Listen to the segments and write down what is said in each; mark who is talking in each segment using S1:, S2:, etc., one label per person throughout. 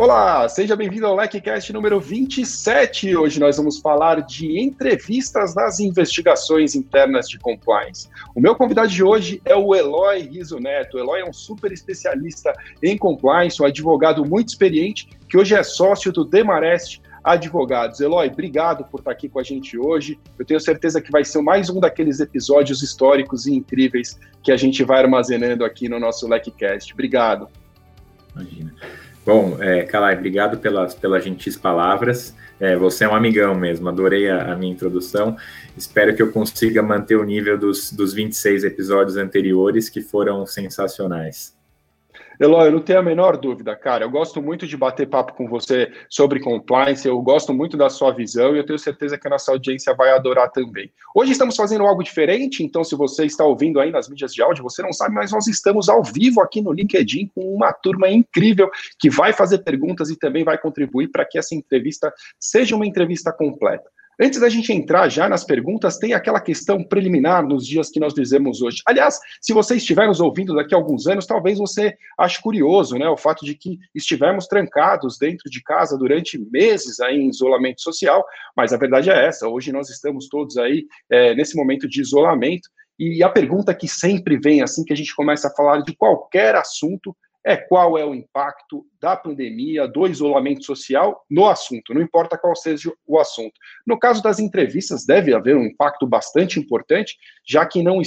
S1: Olá, seja bem-vindo ao LecCast número 27. Hoje nós vamos falar de entrevistas nas investigações internas de compliance. O meu convidado de hoje é o Eloy Riso Neto. O Eloy é um super especialista em compliance, um advogado muito experiente, que hoje é sócio do Demarest Advogados. Eloy, obrigado por estar aqui com a gente hoje. Eu tenho certeza que vai ser mais um daqueles episódios históricos e incríveis que a gente vai armazenando aqui no nosso LecCast. Obrigado.
S2: Imagina. Bom, Kalai, obrigado pelas gentis palavras. Você é um amigão mesmo, adorei a minha introdução. Espero que eu consiga manter o nível dos 26 episódios anteriores, que foram sensacionais.
S1: Eloy, eu não tenho a menor dúvida, cara. Eu gosto muito de bater papo com você sobre compliance, eu gosto muito da sua visão e eu tenho certeza que a nossa audiência vai adorar também. Hoje estamos fazendo algo diferente, então se você está ouvindo aí nas mídias de áudio, você não sabe, mas nós estamos ao vivo aqui no LinkedIn com uma turma incrível que vai fazer perguntas e também vai contribuir para que essa entrevista seja uma entrevista completa. Antes da gente entrar já nas perguntas, tem aquela questão preliminar nos dias que nós vivemos hoje. Aliás, se você estiver nos ouvindo daqui a alguns anos, talvez você ache curioso, né, o fato de que estivemos trancados dentro de casa durante meses aí em isolamento social, mas a verdade é essa, hoje nós estamos todos aí nesse momento de isolamento, e a pergunta que sempre vem assim que a gente começa a falar de qualquer assunto é qual é o impacto da pandemia, do isolamento social no assunto, não importa qual seja o assunto. No caso das entrevistas, deve haver um impacto bastante importante, já que não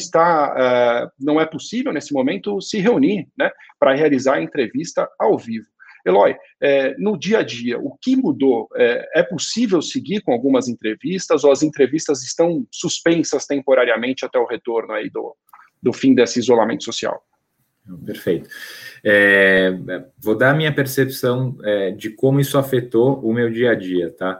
S1: é possível, nesse momento, se reunir, né, para realizar a entrevista ao vivo. Eloy, no dia a dia, o que mudou? É possível seguir com algumas entrevistas ou as entrevistas estão suspensas temporariamente até o retorno aí do fim desse isolamento social?
S2: Perfeito. Vou dar a minha percepção de como isso afetou o meu dia a dia, tá?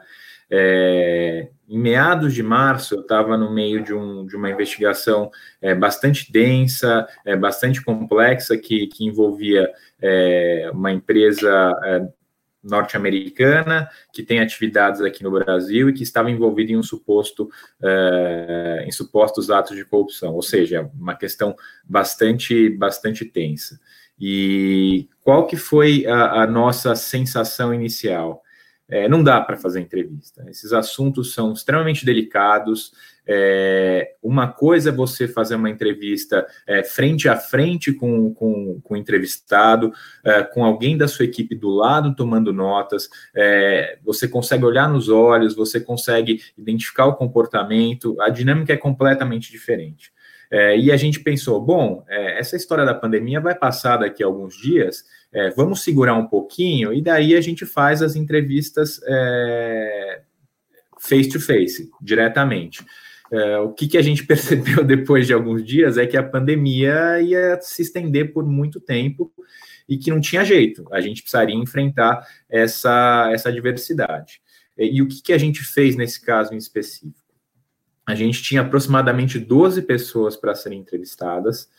S2: Em meados de março, eu estava no meio de uma investigação bastante densa, bastante complexa, que envolvia uma empresa norte-americana, que tem atividades aqui no Brasil e que estava envolvida em supostos atos de corrupção, ou seja, uma questão bastante tensa. E qual que foi a nossa sensação inicial? Não dá para fazer entrevista. Esses assuntos são extremamente delicados. Uma coisa é você fazer uma entrevista frente a frente com o entrevistado, com alguém da sua equipe do lado tomando notas, você consegue olhar nos olhos, você consegue identificar o comportamento, a dinâmica é completamente diferente. E a gente pensou, bom, essa história da pandemia vai passar daqui a alguns dias, vamos segurar um pouquinho e daí a gente faz as entrevistas face-to-face, diretamente. O que a gente percebeu depois de alguns dias é que a pandemia ia se estender por muito tempo e que não tinha jeito, a gente precisaria enfrentar essa adversidade. E o que a gente fez nesse caso em específico? A gente tinha aproximadamente 12 pessoas para serem entrevistadas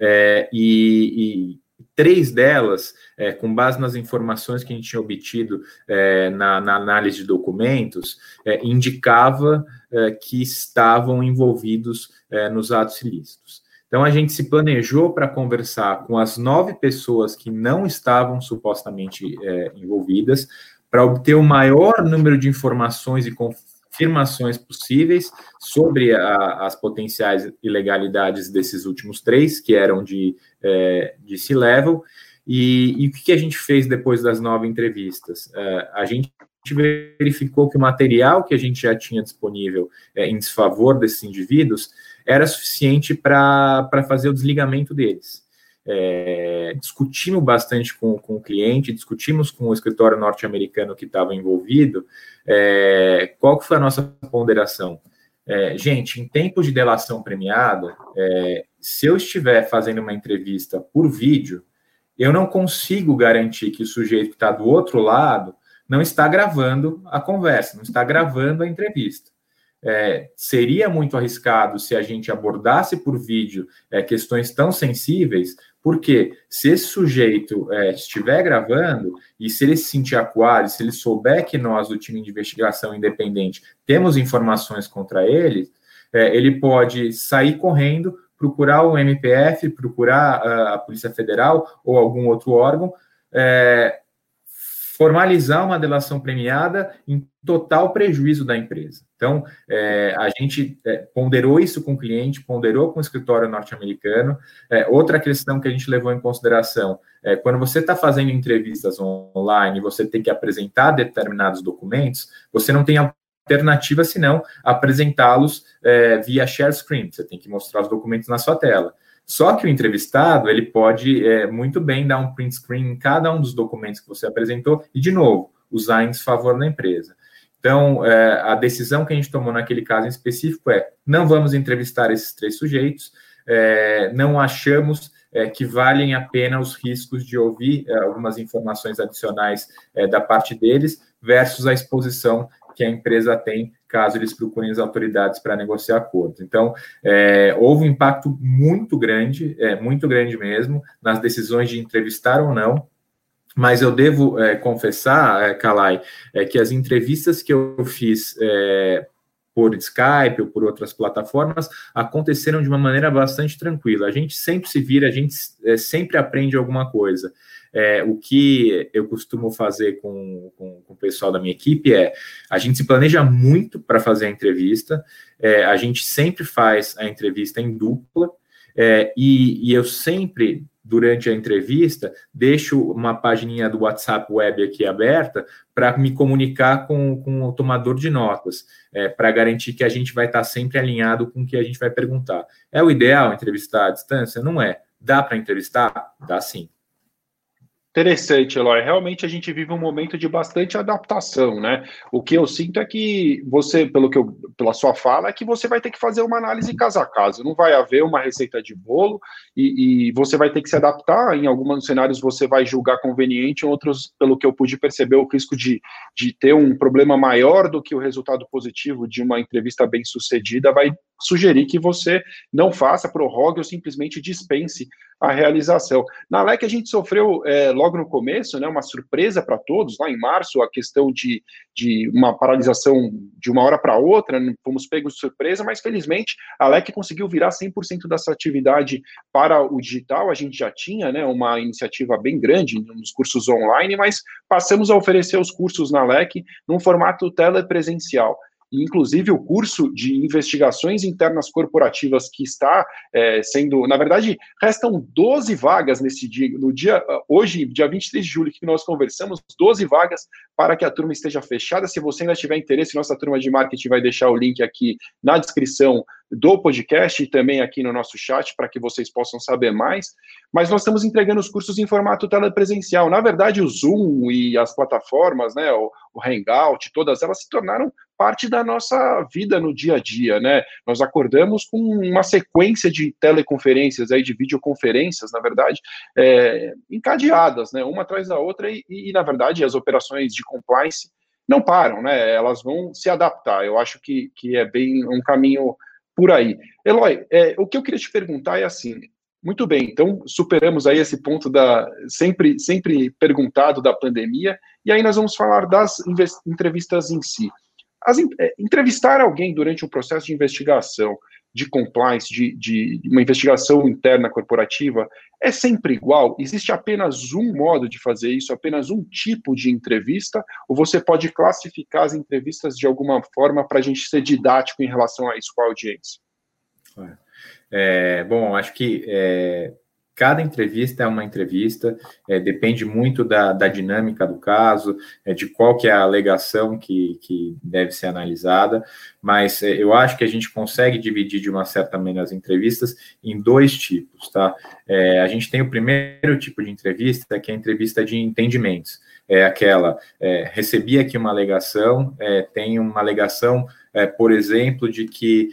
S2: e 3 delas, com base nas informações que a gente tinha obtido na análise de documentos, indicava que estavam envolvidos nos atos ilícitos. Então, a gente se planejou para conversar com as 9 pessoas que não estavam supostamente envolvidas, para obter o maior número de informações e confirmações possíveis sobre as potenciais ilegalidades desses últimos 3, que eram de C-Level, e o que a gente fez depois das 9 entrevistas? A gente verificou que o material que a gente já tinha disponível em desfavor desses indivíduos era suficiente para fazer o desligamento deles. Discutimos bastante com o cliente, discutimos com o escritório norte-americano que estava envolvido, qual que foi a nossa ponderação? Gente, em tempos de delação premiada, se eu estiver fazendo uma entrevista por vídeo, eu não consigo garantir que o sujeito que está do outro lado não está gravando a conversa, não está gravando a entrevista. Seria muito arriscado se a gente abordasse por vídeo questões tão sensíveis, porque se esse sujeito estiver gravando e se ele se sentir acuado, se ele souber que nós, do time de investigação independente, temos informações contra ele, ele pode sair correndo, procurar o MPF, procurar a Polícia Federal ou algum outro órgão, formalizar uma delação premiada em total prejuízo da empresa. Então, a gente ponderou isso com o cliente, ponderou com o escritório norte-americano. Outra questão que a gente levou em consideração quando você está fazendo entrevistas online, você tem que apresentar determinados documentos, você não tem alternativa senão apresentá-los via share screen. Você tem que mostrar os documentos na sua tela. Só que o entrevistado, ele pode muito bem dar um print screen em cada um dos documentos que você apresentou e, de novo, usar em desfavor da empresa. Então, a decisão que a gente tomou naquele caso em específico não vamos entrevistar esses 3 sujeitos, não achamos que valem a pena os riscos de ouvir algumas informações adicionais da parte deles versus a exposição que a empresa tem caso eles procurem as autoridades para negociar acordos. Então, houve um impacto muito grande mesmo, nas decisões de entrevistar ou não, mas eu devo confessar, Kalai, que as entrevistas que eu fiz por Skype ou por outras plataformas aconteceram de uma maneira bastante tranquila. A gente sempre se vira, a gente sempre aprende alguma coisa. O que eu costumo fazer com o pessoal da minha equipe a gente se planeja muito para fazer a entrevista, a gente sempre faz a entrevista em dupla, e eu sempre, durante a entrevista, deixo uma pagininha do WhatsApp Web aqui aberta para me comunicar com o tomador de notas, para garantir que a gente vai estar sempre alinhado com o que a gente vai perguntar. É o ideal entrevistar à distância? Não é. Dá para entrevistar? Dá sim.
S1: Interessante, Eloy. Realmente a gente vive um momento de bastante adaptação, né? O que eu sinto é que você, pela sua fala, é que você vai ter que fazer uma análise caso a caso. Não vai haver uma receita de bolo e você vai ter que se adaptar. Em alguns cenários você vai julgar conveniente, em outros, pelo que eu pude perceber, o risco de ter um problema maior do que o resultado positivo de uma entrevista bem sucedida vai sugerir que você não faça, prorrogue ou simplesmente dispense a realização. Na LEC a gente sofreu logo no começo, né, uma surpresa para todos, lá em março, a questão de uma paralisação de uma hora para outra, fomos pegos de surpresa, mas felizmente a LEC conseguiu virar 100% dessa atividade para o digital. A gente já tinha, né, uma iniciativa bem grande nos cursos online, mas passamos a oferecer os cursos na LEC num formato telepresencial. Inclusive o curso de investigações internas corporativas que está sendo, na verdade, restam 12 vagas nesse dia, hoje, dia 23 de julho, que nós conversamos, 12 vagas para que a turma esteja fechada. Se você ainda tiver interesse, nossa turma de marketing vai deixar o link aqui na descrição do podcast e também aqui no nosso chat para que vocês possam saber mais, mas nós estamos entregando os cursos em formato telepresencial. Na verdade, o Zoom e as plataformas, né, o Hangout, todas elas se tornaram parte da nossa vida no dia a dia, né? Nós acordamos com uma sequência de teleconferências, aí, de videoconferências, na verdade, encadeadas, né, uma atrás da outra, e na verdade, as operações de compliance não param, né? Elas vão se adaptar. Eu acho que é bem um caminho por aí. Eloy, o que eu queria te perguntar é assim, muito bem, então superamos aí esse ponto sempre perguntado da pandemia, e aí nós vamos falar das entrevistas em si. Entrevistar alguém durante um processo de investigação, de compliance, de uma investigação interna corporativa, é sempre igual? Existe apenas um modo de fazer isso, apenas um tipo de entrevista, ou você pode classificar as entrevistas de alguma forma para a gente ser didático em relação a isso com a audiência?
S2: Bom, acho que cada entrevista é uma entrevista, depende muito da dinâmica do caso, de qual que é a alegação que deve ser analisada, mas eu acho que a gente consegue dividir de uma certa maneira as entrevistas em 2 tipos, tá? A gente tem o primeiro tipo de entrevista, que é a entrevista de entendimentos, aquela, recebi aqui uma alegação, tem uma alegação, por exemplo, de que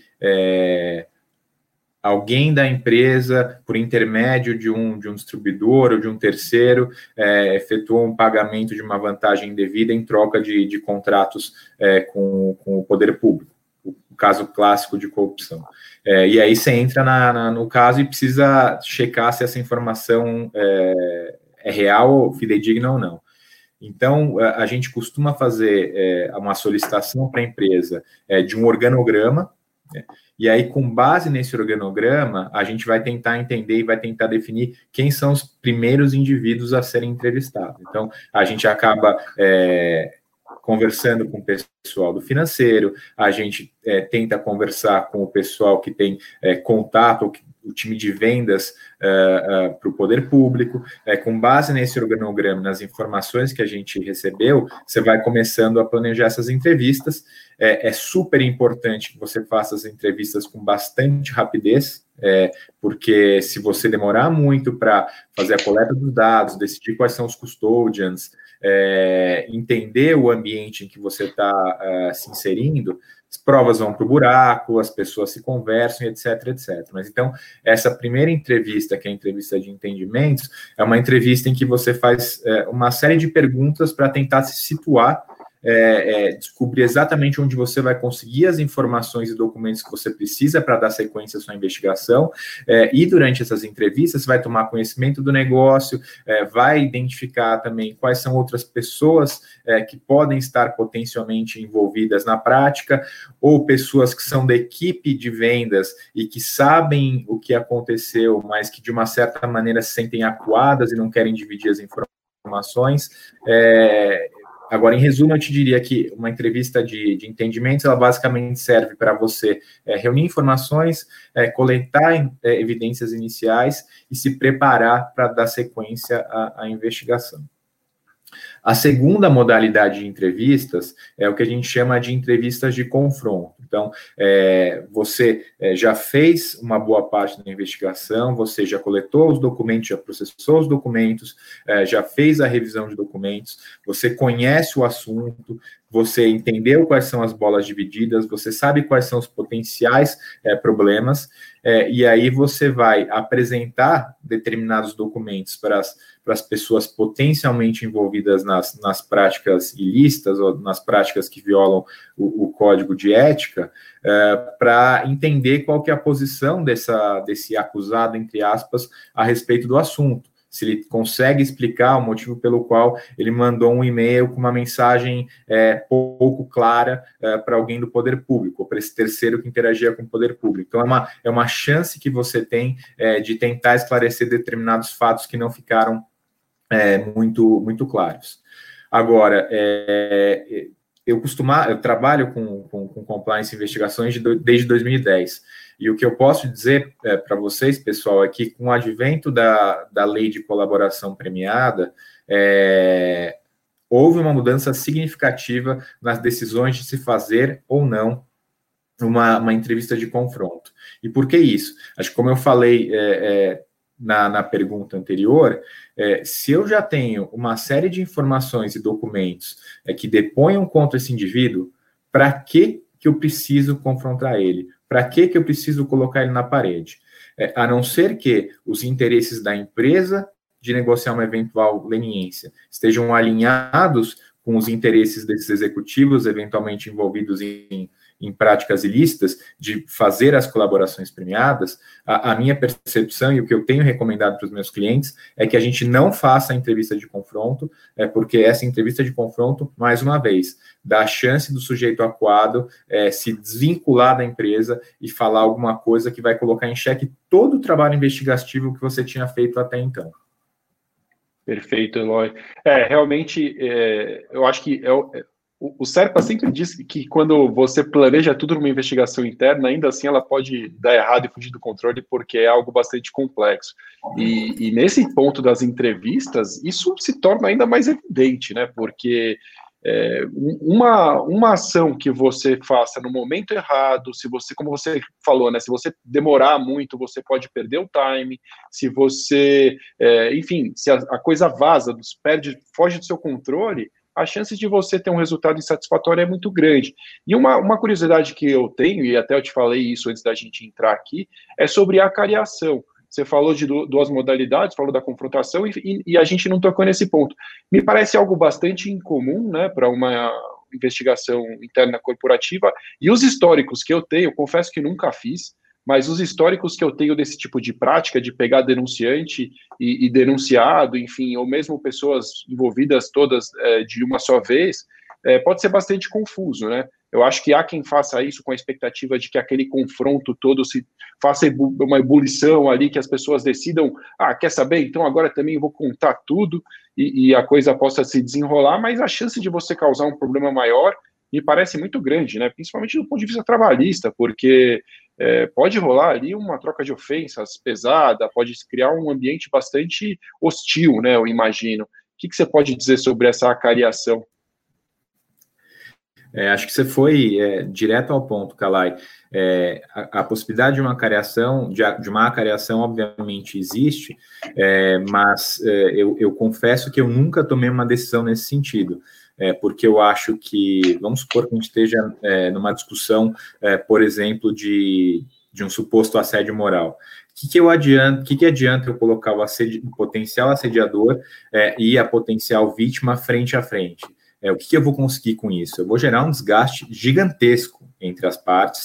S2: alguém da empresa, por intermédio de um distribuidor ou de um terceiro, efetuou um pagamento de uma vantagem indevida em troca de contratos com o poder público, o caso clássico de corrupção. E aí você entra no caso e precisa checar se essa informação é real, fidedigna ou não. Então, a gente costuma fazer uma solicitação para a empresa de um organograma, né? E aí, com base nesse organograma, a gente vai tentar entender e vai tentar definir quem são os primeiros indivíduos a serem entrevistados. Então, a gente acaba conversando com o pessoal do financeiro, a gente tenta conversar com o pessoal que tem contato, o time de vendas para o poder público. Com base nesse organograma, nas informações que a gente recebeu, você vai começando a planejar essas entrevistas. É super importante que você faça as entrevistas com bastante rapidez, porque se você demorar muito para fazer a coleta dos dados, decidir quais são os custodians, entender o ambiente em que você está se inserindo, as provas vão para o buraco, as pessoas se conversam, etc, etc. Mas então, essa primeira entrevista, que é a entrevista de entendimentos, é uma entrevista em que você faz uma série de perguntas para tentar se situar, descobrir exatamente onde você vai conseguir as informações e documentos que você precisa para dar sequência à sua investigação, e durante essas entrevistas você vai tomar conhecimento do negócio, vai identificar também quais são outras pessoas que podem estar potencialmente envolvidas na prática, ou pessoas que são da equipe de vendas e que sabem o que aconteceu, mas que de uma certa maneira se sentem acuadas e não querem dividir as informações. Agora, em resumo, eu te diria que uma entrevista de entendimentos, ela basicamente serve para você reunir informações, coletar evidências iniciais e se preparar para dar sequência à investigação. A segunda modalidade de entrevistas é o que a gente chama de entrevistas de confronto. Então, você já fez uma boa parte da investigação, você já coletou os documentos, já processou os documentos, já fez a revisão de documentos, você conhece o assunto, você entendeu quais são as bolas divididas, você sabe quais são os potenciais problemas, e aí você vai apresentar determinados documentos para as pessoas potencialmente envolvidas nas práticas ilícitas ou nas práticas que violam o código de ética, para entender qual que é a posição desse acusado, entre aspas, a respeito do assunto. Se ele consegue explicar o motivo pelo qual ele mandou um e-mail com uma mensagem pouco clara para alguém do poder público, ou para esse terceiro que interagia com o poder público. Então, é uma chance que você tem de tentar esclarecer determinados fatos que não ficaram muito claros. Agora, eu trabalho com compliance e investigações desde 2010, e o que eu posso dizer para vocês, pessoal, é que com o advento da lei de colaboração premiada, houve uma mudança significativa nas decisões de se fazer ou não uma entrevista de confronto. E por que isso? Acho que, como eu falei na pergunta anterior, se eu já tenho uma série de informações e documentos que deponham contra esse indivíduo, para que eu preciso confrontar ele? Para que eu preciso colocar ele na parede? A não ser que os interesses da empresa de negociar uma eventual leniência estejam alinhados com os interesses desses executivos eventualmente envolvidos em práticas ilícitas, de fazer as colaborações premiadas, a minha percepção e o que eu tenho recomendado para os meus clientes é que a gente não faça a entrevista de confronto, porque essa entrevista de confronto, mais uma vez, dá a chance do sujeito acuado se desvincular da empresa e falar alguma coisa que vai colocar em xeque todo o trabalho investigativo que você tinha feito até então.
S1: Perfeito, Eloy. Realmente, eu acho que o Serpa sempre diz que quando você planeja tudo numa investigação interna, ainda assim ela pode dar errado e fugir do controle, porque é algo bastante complexo. E nesse ponto das entrevistas, isso se torna ainda mais evidente, né? Porque uma ação que você faça no momento errado, se você, como você falou, né, se você demorar muito, você pode perder o time, se você, enfim, se a coisa vaza, foge do seu controle, a chance de você ter um resultado insatisfatório é muito grande. E uma curiosidade que eu tenho, e até eu te falei isso antes da gente entrar aqui, é sobre a acariação. Você falou de duas modalidades, falou da confrontação, e a gente não tocou nesse ponto. Me parece algo bastante incomum, né, para uma investigação interna corporativa, e os históricos que eu tenho, confesso que nunca fiz, mas os históricos que eu tenho desse tipo de prática, de pegar denunciante e denunciado, enfim, ou mesmo pessoas envolvidas todas de uma só vez, pode ser bastante confuso, né? Eu acho que há quem faça isso com a expectativa de que aquele confronto todo se faça uma ebulição ali, que as pessoas decidam, quer saber? Então agora também vou contar tudo e a coisa possa se desenrolar, mas a chance de você causar um problema maior me parece muito grande, né? Principalmente do ponto de vista trabalhista, porque pode rolar ali uma troca de ofensas pesada, pode criar um ambiente bastante hostil, né? Eu imagino. O que você pode dizer sobre essa acariação?
S2: Acho que você foi direto ao ponto, Kalai. A possibilidade de uma acariação, de uma acariação, obviamente existe, mas eu confesso que eu nunca tomei uma decisão nesse sentido, porque eu acho que, vamos supor que a gente esteja numa discussão, por exemplo, de um suposto assédio moral. O que adianta eu colocar o potencial assediador e a potencial vítima frente a frente? O que eu vou conseguir com isso? Eu vou gerar um desgaste gigantesco entre as partes,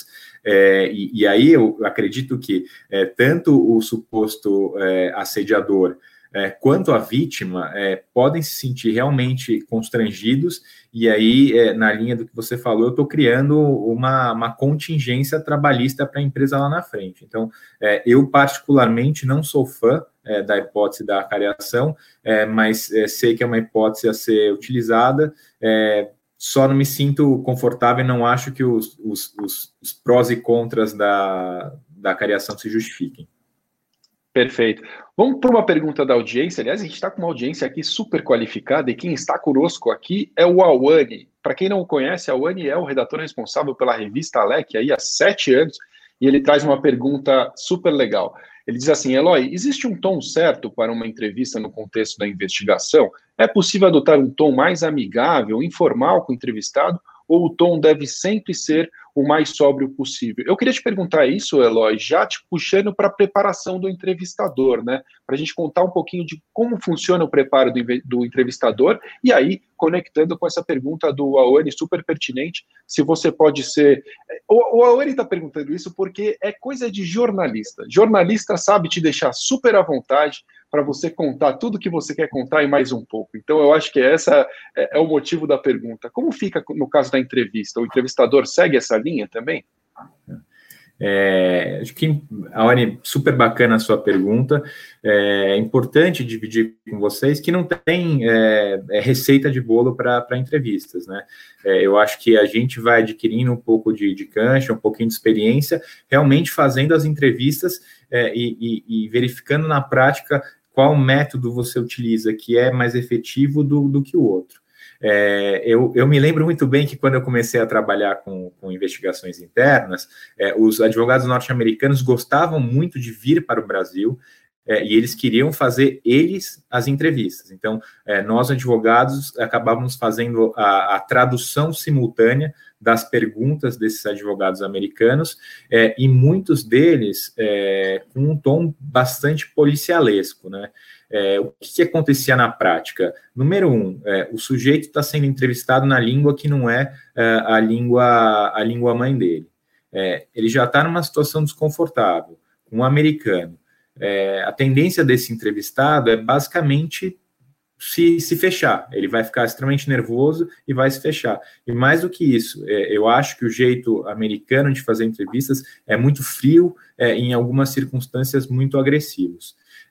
S2: e aí eu acredito que tanto o suposto assediador quanto a vítima podem se sentir realmente constrangidos, e aí, na linha do que você falou, eu estou criando uma contingência trabalhista para a empresa lá na frente. Então, eu particularmente não sou fã da hipótese da acariação, mas sei que é uma hipótese a ser utilizada, só não me sinto confortável e não acho que os prós e contras da acariação se justifiquem.
S1: Perfeito. Vamos para uma pergunta da audiência. Aliás, a gente está com uma audiência aqui super qualificada e quem está conosco aqui é o Awani. Para quem não o conhece, Awani é o redator responsável pela revista Alec aí há 7 anos e ele traz uma pergunta super legal. Ele diz assim: Eloy, existe um tom certo para uma entrevista no contexto da investigação? É possível adotar um tom mais amigável, informal com o entrevistado, ou o tom deve sempre ser o mais sóbrio possível? Eu queria te perguntar isso, Eloy, já te puxando para a preparação do entrevistador, né? Para a gente contar um pouquinho de como funciona o preparo do entrevistador, e aí, conectando com essa pergunta do Aoni, super pertinente, se você pode ser... O Aoni está perguntando isso porque é coisa de jornalista. Jornalista sabe te deixar super à vontade para você contar tudo que você quer contar e mais um pouco. Então, eu acho que essa é o motivo da pergunta. Como fica no caso da entrevista? O entrevistador segue essa linha também?
S2: Acho que, Aoni, super bacana a sua pergunta. É importante dividir com vocês que não tem receita de bolo para entrevistas, né? Eu acho que a gente vai adquirindo um pouco de cancha, um pouquinho de experiência, realmente fazendo as entrevistas e verificando na prática qual método você utiliza que é mais efetivo do que o outro. Eu me lembro muito bem que quando eu comecei a trabalhar com investigações internas, os advogados norte-americanos gostavam muito de vir para o Brasil e eles queriam fazer as entrevistas. Então, nós advogados acabávamos fazendo a tradução simultânea das perguntas desses advogados americanos e muitos deles com um tom bastante policialesco, né? O que acontecia na prática? Número 1, o sujeito está sendo entrevistado na língua que não é a língua mãe dele. Ele já está numa situação desconfortável, com um americano. A tendência desse entrevistado é basicamente se fechar. Ele vai ficar extremamente nervoso e vai se fechar. E mais do que isso, eu acho que o jeito americano de fazer entrevistas é muito frio, em algumas circunstâncias muito agressivos.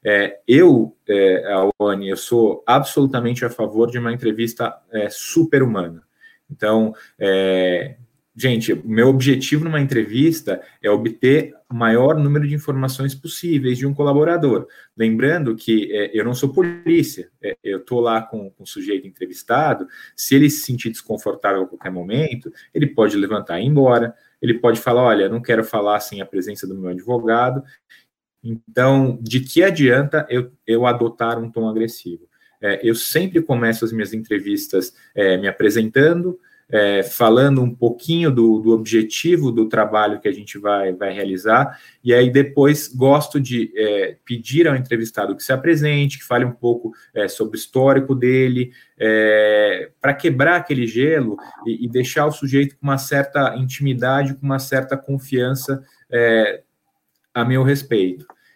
S2: Aoni, eu sou absolutamente a favor de uma entrevista super-humana. Então, gente, o meu objetivo numa entrevista é obter o maior número de informações possíveis de um colaborador. Lembrando que eu não sou polícia, eu estou lá com o sujeito entrevistado, se ele se sentir desconfortável a qualquer momento, ele pode levantar e ir embora, ele pode falar, olha, não quero falar sem a presença do meu advogado. Então, de que adianta eu adotar um tom agressivo? Eu sempre começo as minhas entrevistas me apresentando, falando um pouquinho do objetivo do trabalho que a gente vai realizar, e aí depois gosto de pedir ao entrevistado que se apresente, que fale um pouco sobre o histórico dele, para quebrar aquele gelo e deixar o sujeito com uma certa intimidade, com uma certa confiança a meu respeito.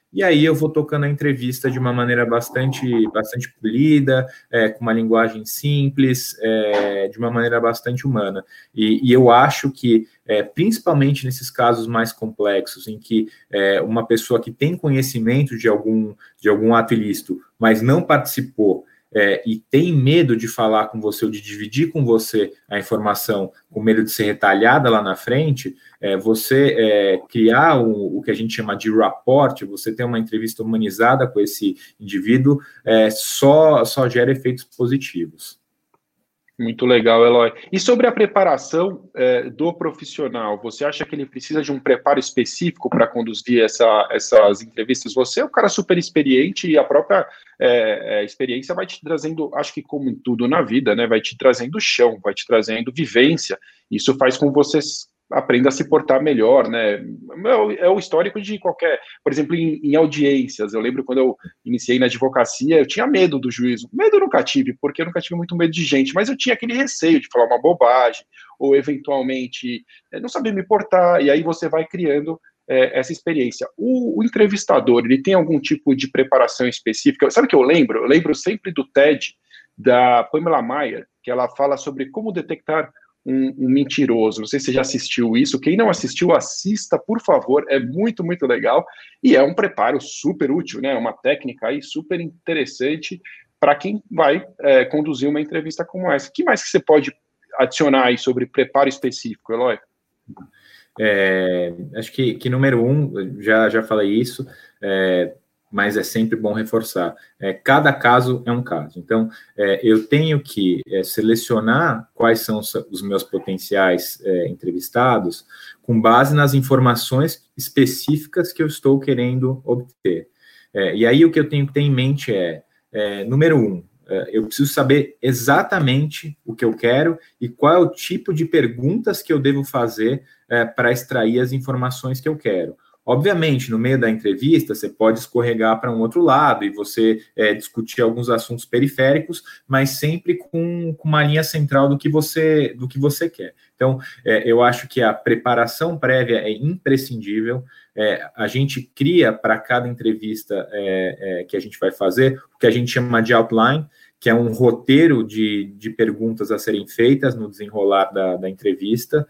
S2: e aí eu vou tocando a entrevista de uma maneira bastante polida, com uma linguagem simples, de uma maneira bastante humana. E eu acho que, principalmente nesses casos mais complexos, em que uma pessoa que tem conhecimento de algum ato ilícito, mas não participou, e tem medo de falar com você ou de dividir com você a informação, com medo de ser retalhada lá na frente, você criar o que a gente chama de rapport, você ter uma entrevista humanizada com esse indivíduo, só gera efeitos positivos.
S1: Muito legal, Eloy. E sobre a preparação do profissional, você acha que ele precisa de um preparo específico para conduzir essas entrevistas? Você é um cara super experiente e a própria experiência vai te trazendo, acho que como em tudo na vida, né, vai te trazendo chão, vai te trazendo vivência. Isso faz com que você aprenda a se portar melhor, né? É o histórico de qualquer, por exemplo, em audiências. Eu lembro quando eu iniciei na advocacia, eu tinha medo do juízo. Medo eu nunca tive, porque eu nunca tive muito medo de gente, mas eu tinha aquele receio de falar uma bobagem, ou eventualmente não saber me portar, e aí você vai criando essa experiência. O entrevistador, ele tem algum tipo de preparação específica? Sabe o que eu lembro? Eu lembro sempre do TED da Pamela Mayer, que ela fala sobre como detectar um mentiroso. Não sei se você já assistiu isso. Quem não assistiu, assista, por favor. É muito, muito legal. E é um preparo super útil, né? Uma técnica aí super interessante para quem vai conduzir uma entrevista como essa. O que mais que você pode adicionar aí sobre preparo específico, Eloy?
S2: Acho que número 1, já falei isso, mas é sempre bom reforçar. Cada caso é um caso. Então, eu tenho que selecionar quais são os meus potenciais entrevistados com base nas informações específicas que eu estou querendo obter. E aí, o que eu tenho que ter em mente número 1, eu preciso saber exatamente o que eu quero e qual é o tipo de perguntas que eu devo fazer para extrair as informações que eu quero. Obviamente, no meio da entrevista, você pode escorregar para um outro lado e você discutir alguns assuntos periféricos, mas sempre com uma linha central do que você quer. Então, eu acho que a preparação prévia é imprescindível. A gente cria para cada entrevista que a gente vai fazer o que a gente chama de outline, que é um roteiro de perguntas a serem feitas no desenrolar da entrevista.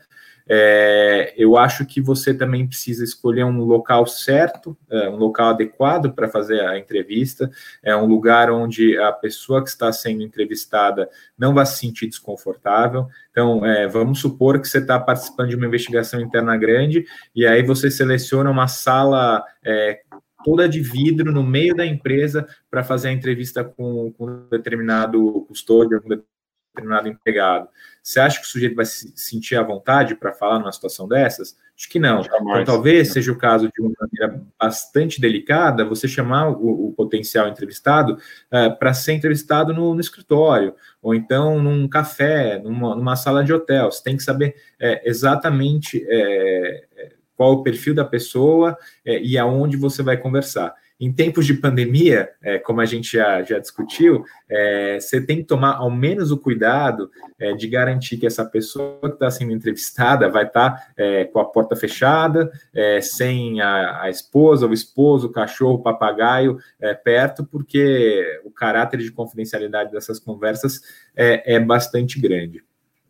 S2: Eu acho que você também precisa escolher um local certo, um local adequado para fazer a entrevista, um lugar onde a pessoa que está sendo entrevistada não vai se sentir desconfortável. Então, vamos supor que você está participando de uma investigação interna grande e aí você seleciona uma sala toda de vidro no meio da empresa para fazer a entrevista com um determinado custódio, com determinado empregado. Você acha que o sujeito vai se sentir à vontade para falar numa situação dessas? Acho que não. Então, talvez seja o caso de uma maneira bastante delicada, você chamar o potencial entrevistado para ser entrevistado no escritório, ou então num café, numa sala de hotel. Você tem que saber exatamente qual o perfil da pessoa e aonde você vai conversar. Em tempos de pandemia, como a gente já discutiu, você tem que tomar ao menos o cuidado de garantir que essa pessoa que está sendo entrevistada vai estar com a porta fechada, sem a esposa, o esposo, o cachorro, o papagaio perto, porque o caráter de confidencialidade dessas conversas é bastante grande.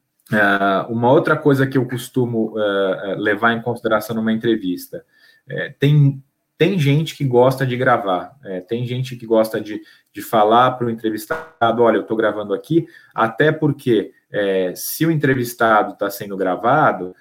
S2: Uma outra coisa que eu costumo levar em consideração numa entrevista, tem gente que gosta de gravar, tem gente que gosta de falar para o entrevistado, olha, eu estou gravando aqui, até porque se o entrevistado está sendo gravado,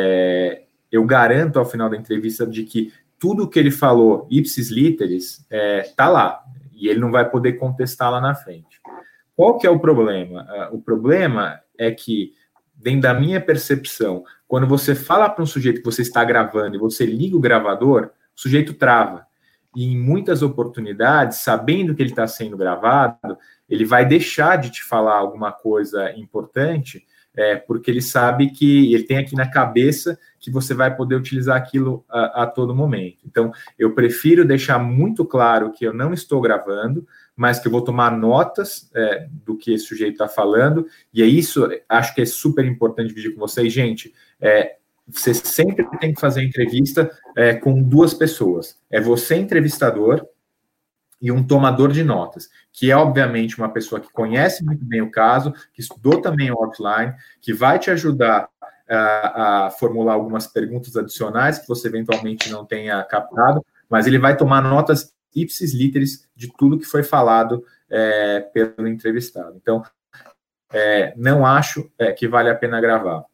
S2: eu garanto ao final da entrevista de que tudo que ele falou, ipsis literis, está lá, e ele não vai poder contestar lá na frente. Qual que é o problema? O problema é que, dentro da minha percepção, quando você fala para um sujeito que você está gravando e você liga o gravador, o sujeito trava. E em muitas oportunidades, sabendo que ele está sendo gravado, ele vai deixar de te falar alguma coisa importante, porque ele sabe que ele tem aqui na cabeça que você vai poder utilizar aquilo a todo momento. Então, eu prefiro deixar muito claro que eu não estou gravando, mas que eu vou tomar notas do que esse sujeito está falando, e é isso, acho que é super importante dividir com vocês, gente, você sempre tem que fazer a entrevista com duas pessoas. É você, entrevistador, e um tomador de notas, que é, obviamente, uma pessoa que conhece muito bem o caso, que estudou também o outline, que vai te ajudar a formular algumas perguntas adicionais que você eventualmente não tenha captado, mas ele vai tomar notas ipsis literis de tudo que foi falado pelo entrevistado. Então, não acho que vale a pena gravar.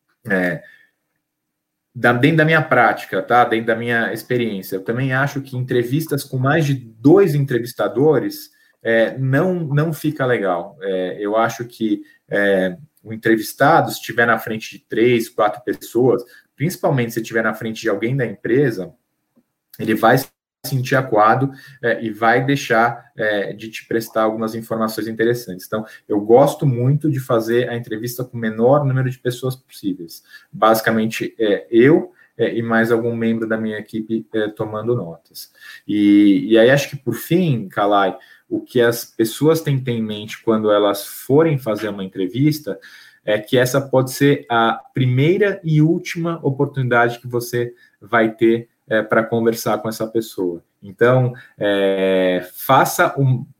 S2: Dentro da minha prática, tá? Dentro da minha experiência, eu também acho que entrevistas com mais de 2 entrevistadores não fica legal. Eu acho que o entrevistado, se estiver na frente de 3, 4 pessoas, principalmente se estiver na frente de alguém da empresa, ele vai se sentir acuado e vai deixar de te prestar algumas informações interessantes. Então, eu gosto muito de fazer a entrevista com o menor número de pessoas possíveis. Basicamente, eu e mais algum membro da minha equipe tomando notas. E aí, acho que, por fim, Kalai, o que as pessoas têm que ter em mente quando elas forem fazer uma entrevista é que essa pode ser a primeira e última oportunidade que você vai ter para conversar com essa pessoa. Então, faça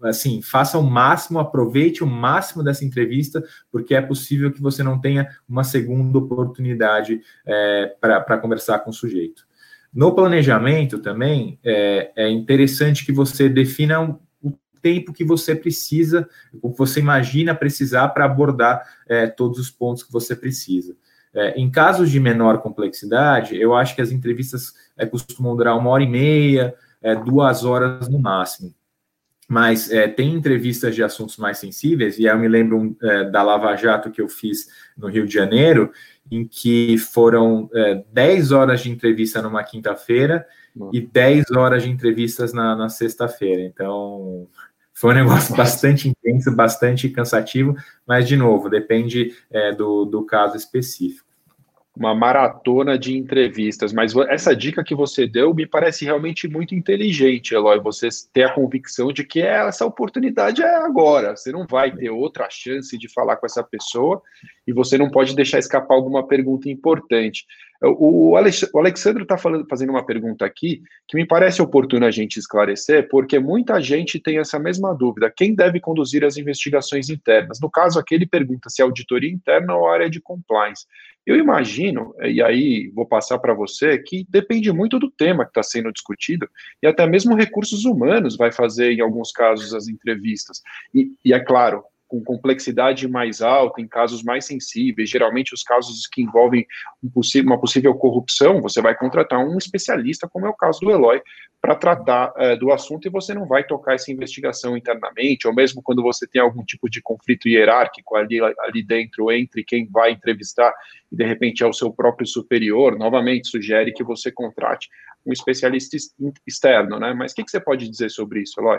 S2: o máximo, aproveite o máximo dessa entrevista, porque é possível que você não tenha uma segunda oportunidade para conversar com o sujeito. No planejamento também, é interessante que você defina o tempo que você precisa, o que você imagina precisar para abordar todos os pontos que você precisa. Em casos de menor complexidade, eu acho que as entrevistas costumam durar 1h30, 2 horas no máximo. Mas tem entrevistas de assuntos mais sensíveis, e aí eu me lembro da Lava Jato que eu fiz no Rio de Janeiro, em que foram 10 horas de entrevista numa quinta-feira e 10 horas de entrevistas na sexta-feira. Então, foi um negócio bastante intenso, bastante cansativo, mas, de novo, depende do caso específico.
S1: Uma maratona de entrevistas, mas essa dica que você deu me parece realmente muito inteligente, Eloy, você ter a convicção de que essa oportunidade é agora, você não vai ter outra chance de falar com essa pessoa e você não pode deixar escapar alguma pergunta importante. O Alexandre está fazendo uma pergunta aqui que me parece oportuno a gente esclarecer, porque muita gente tem essa mesma dúvida, quem deve conduzir as investigações internas? No caso aqui ele pergunta se é auditoria interna ou área de compliance. Eu imagino, e aí vou passar para você, que depende muito do tema que está sendo discutido, e até mesmo recursos humanos vai fazer, em alguns casos, as entrevistas. E é claro, com complexidade mais alta, em casos mais sensíveis, geralmente os casos que envolvem uma possível corrupção, você vai contratar um especialista, como é o caso do Eloy, para tratar do assunto, e você não vai tocar essa investigação internamente, ou mesmo quando você tem algum tipo de conflito hierárquico ali dentro entre quem vai entrevistar e de repente é o seu próprio superior, novamente sugere que você contrate um especialista externo, né? Mas o que você pode dizer sobre isso, Eloy?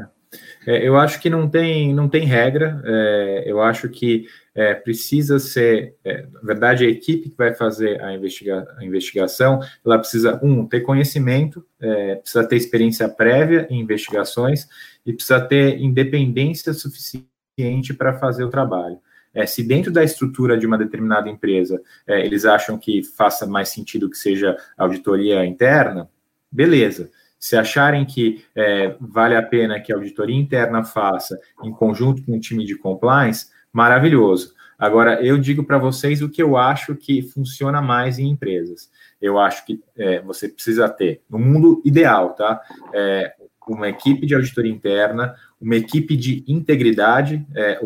S2: Eu acho que não tem regra, eu acho que precisa ser, na verdade, a equipe que vai fazer a investigação, ela precisa, ter conhecimento, precisa ter experiência prévia em investigações e precisa ter independência suficiente para fazer o trabalho. Se dentro da estrutura de uma determinada empresa eles acham que faça mais sentido que seja auditoria interna, beleza. Se acharem que vale a pena que a auditoria interna faça em conjunto com o time de compliance, maravilhoso. Agora, eu digo para vocês o que eu acho que funciona mais em empresas. Eu acho que você precisa ter, no mundo ideal, tá? Uma equipe de auditoria interna, uma equipe de integridade,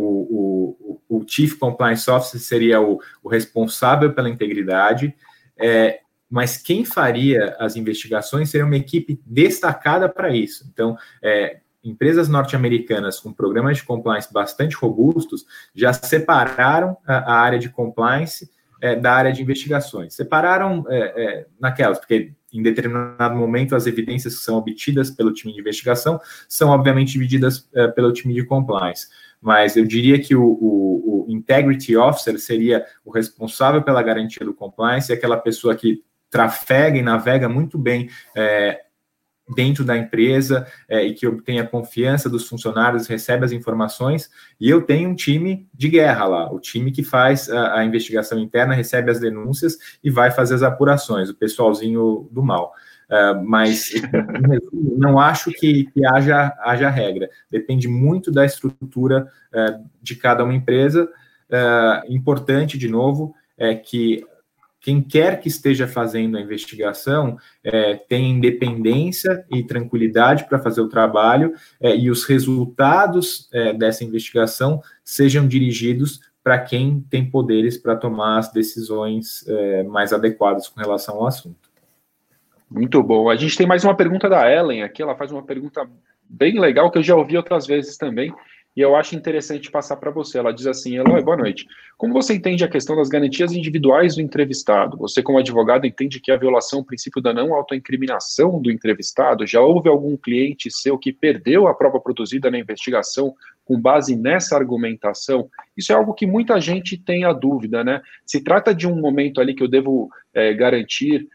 S2: o Chief Compliance Officer seria o responsável pela integridade, mas quem faria as investigações seria uma equipe destacada para isso. Então, empresas norte-americanas com programas de compliance bastante robustos já separaram a área de compliance da área de investigações. Separaram naquelas, porque em determinado momento as evidências que são obtidas pelo time de investigação são, obviamente, divididas pelo time de compliance. Mas eu diria que o Integrity Officer seria o responsável pela garantia do compliance, aquela pessoa que trafega e navega muito bem dentro da empresa e que obtém a confiança dos funcionários, recebe as informações, e eu tenho um time de guerra lá, o time que faz a investigação interna, recebe as denúncias e vai fazer as apurações, o pessoalzinho do mal. Mas não acho que haja regra, depende muito da estrutura de cada uma empresa. Importante, de novo, é que quem quer que esteja fazendo a investigação tenha independência e tranquilidade para fazer o trabalho e os resultados dessa investigação sejam dirigidos para quem tem poderes para tomar as decisões mais adequadas com relação ao assunto.
S1: Muito bom. A gente tem mais uma pergunta da Ellen aqui, ela faz uma pergunta bem legal que eu já ouvi outras vezes também, e eu acho interessante passar para você. Ela diz assim: Eloy, boa noite. Como você entende a questão das garantias individuais do entrevistado? Você, como advogado, entende que a violação ao princípio da não autoincriminação do entrevistado? Já houve algum cliente seu que perdeu a prova produzida na investigação com base nessa argumentação? Isso é algo que muita gente tem a dúvida, né? Se trata de um momento ali que eu devo garantir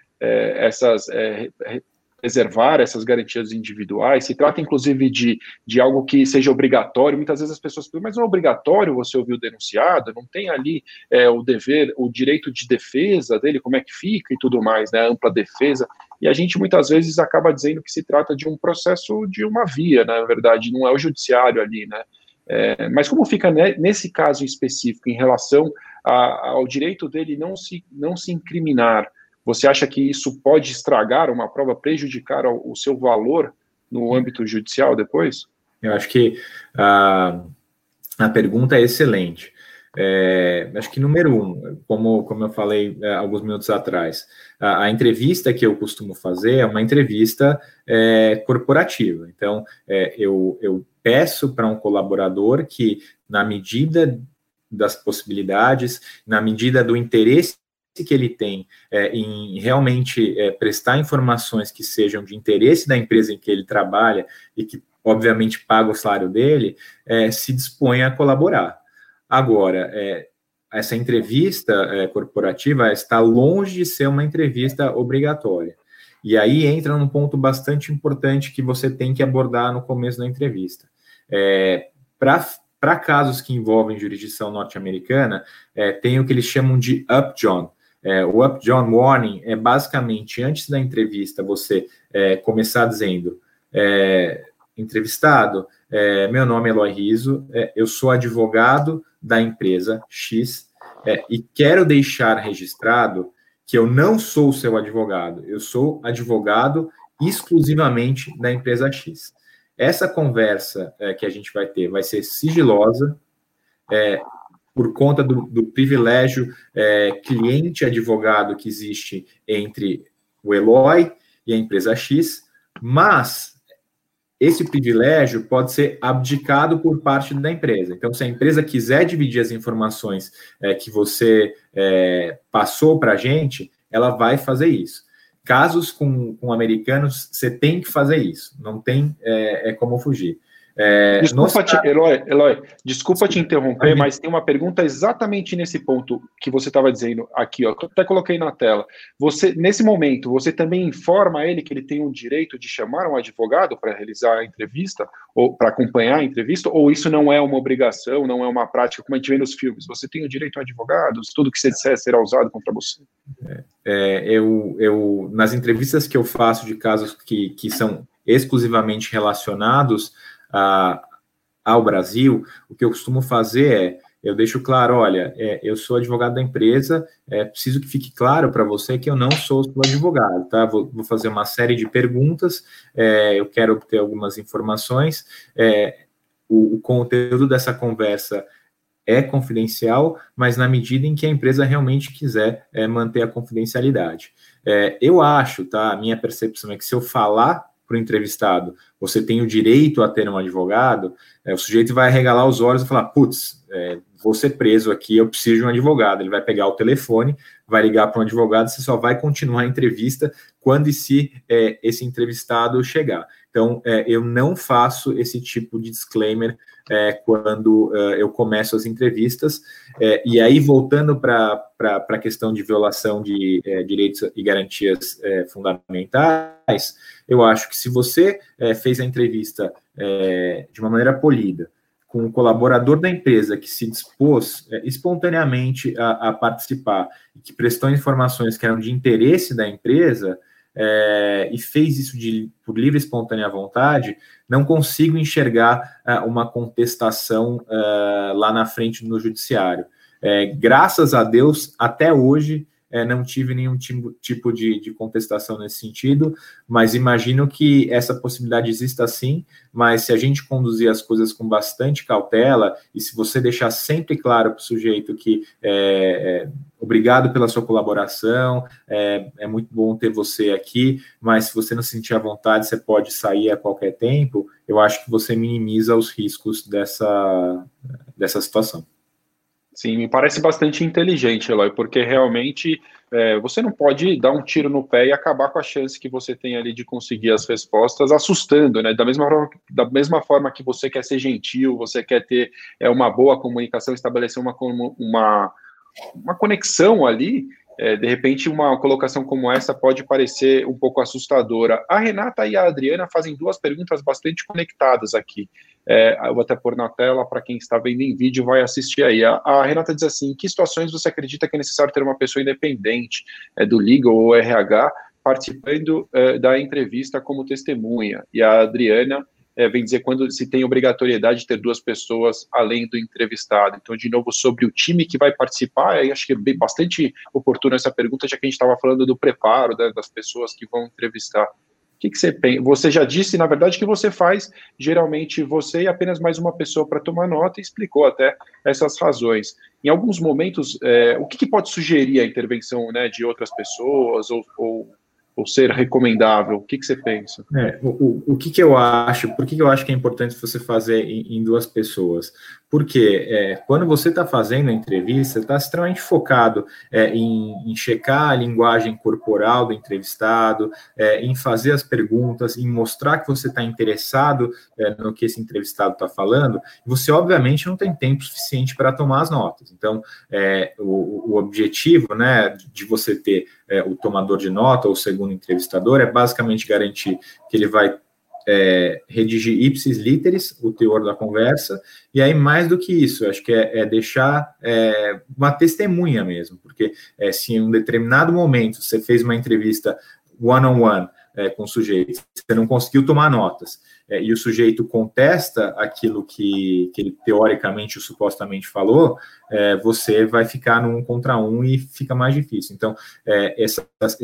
S1: preservar essas garantias individuais, se trata inclusive de algo que seja obrigatório. Muitas vezes as pessoas perguntam, mas não é obrigatório você ouvir o denunciado, não tem ali o dever, o direito de defesa dele, como é que fica e tudo mais, né, a ampla defesa, e a gente muitas vezes acaba dizendo que se trata de um processo de uma via, né, na verdade, não é o judiciário ali, né, mas como fica nesse caso específico em relação ao direito dele não se incriminar? Você acha que isso pode estragar uma prova, prejudicar o seu valor no âmbito judicial depois?
S2: Eu acho que a pergunta é excelente. Acho que, número um, como eu falei alguns minutos atrás, a entrevista que eu costumo fazer é uma entrevista corporativa. Então, eu peço para um colaborador que, na medida das possibilidades, na medida do interesse que ele tem em realmente prestar informações que sejam de interesse da empresa em que ele trabalha e que, obviamente, paga o salário dele, se dispõe a colaborar. Agora, essa entrevista corporativa está longe de ser uma entrevista obrigatória. E aí entra num ponto bastante importante que você tem que abordar no começo da entrevista. Para casos que envolvem jurisdição norte-americana, tem o que eles chamam de up-john. O up-john warning é basicamente, antes da entrevista, você começar dizendo: entrevistado, meu nome é Eloy Rizzo, eu sou advogado da empresa X e quero deixar registrado que eu não sou seu advogado, eu sou advogado exclusivamente da empresa X. Essa conversa que a gente vai ter vai ser sigilosa, por conta do privilégio cliente-advogado que existe entre o Eloy e a empresa X, mas esse privilégio pode ser abdicado por parte da empresa. Então, se a empresa quiser dividir as informações que você passou para a gente, ela vai fazer isso. Casos com americanos, você tem que fazer isso, não tem como fugir.
S1: Eloy, desculpa te interromper, mas tem uma pergunta exatamente nesse ponto que você estava dizendo aqui, ó, que eu até coloquei na tela. Nesse momento, você também informa ele que ele tem o direito de chamar um advogado para realizar a entrevista, ou para acompanhar a entrevista, ou isso não é uma obrigação, não é uma prática, como a gente vê nos filmes? Você tem o direito a advogados, tudo que você disser será usado contra você. Nas entrevistas que eu faço de casos que são exclusivamente relacionados ao Brasil, o que eu costumo fazer eu deixo claro: olha, eu sou advogado da empresa, preciso que fique claro para você que eu não sou seu advogado, tá? Vou fazer uma série de perguntas, eu quero obter algumas informações, o conteúdo dessa conversa é confidencial, mas na medida em que a empresa realmente quiser manter a confidencialidade. Eu acho, tá? A minha percepção é que se eu falar para o entrevistado, você tem o direito a ter um advogado, o sujeito vai arregalar os olhos e falar: putz, vou ser preso aqui, eu preciso de um advogado. Ele vai pegar o telefone,
S2: vai ligar para um advogado, você só vai continuar a entrevista quando e se esse entrevistado chegar. Então, eu não faço esse tipo de disclaimer quando eu começo as entrevistas. E aí, voltando para a questão de violação de direitos e garantias fundamentais, eu acho que se você fez a entrevista de uma maneira polida, com um colaborador da empresa que se dispôs espontaneamente a participar e que prestou informações que eram de interesse da empresa e fez isso por livre e espontânea vontade, não consigo enxergar uma contestação lá na frente no judiciário. Graças a Deus, até hoje, não tive nenhum tipo de contestação nesse sentido, mas imagino que essa possibilidade exista sim, mas se a gente conduzir as coisas com bastante cautela, e se você deixar sempre claro para o sujeito que obrigado pela sua colaboração, é muito bom ter você aqui, mas se você não se sentir à vontade, você pode sair a qualquer tempo, eu acho que você minimiza os riscos dessa situação.
S1: Sim, me parece bastante inteligente, Eloy, porque realmente você não pode dar um tiro no pé e acabar com a chance que você tem ali de conseguir as respostas, assustando, né? Da mesma forma que você quer ser gentil, você quer ter uma boa comunicação, estabelecer uma conexão ali, de repente uma colocação como essa pode parecer um pouco assustadora. A Renata e a Adriana fazem duas perguntas bastante conectadas aqui. Eu vou até pôr na tela, para quem está vendo em vídeo vai assistir aí. A Renata diz assim, em que situações você acredita que é necessário ter uma pessoa independente do legal ou RH participando da entrevista como testemunha? E a Adriana vem dizer quando se tem obrigatoriedade de ter duas pessoas além do entrevistado. Então, de novo, sobre o time que vai participar, aí acho que é bastante oportuna essa pergunta, já que a gente estava falando do preparo das pessoas que vão entrevistar. O que você pensa? Você já disse, na verdade, que você faz, geralmente, você e apenas mais uma pessoa para tomar nota e explicou até essas razões. Em alguns momentos, o que pode sugerir a intervenção, né, de outras pessoas ou ser recomendável? O que você pensa?
S2: O que eu acho, por que eu acho que é importante você fazer em duas pessoas? Porque quando você está fazendo a entrevista, está extremamente focado em checar a linguagem corporal do entrevistado, em fazer as perguntas, em mostrar que você está interessado no que esse entrevistado está falando, e você, obviamente, não tem tempo suficiente para tomar as notas. Então, o objetivo, né, de você ter o tomador de nota ou o segundo entrevistador é basicamente garantir que ele vai redigir ipsis literis o teor da conversa, e aí mais do que isso, acho que deixar uma testemunha mesmo, porque se em um determinado momento você fez uma entrevista one-on-one com o sujeito, você não conseguiu tomar notas, e o sujeito contesta aquilo que ele teoricamente ou supostamente falou, você vai ficar no 1 contra 1 e fica mais difícil. Então, essa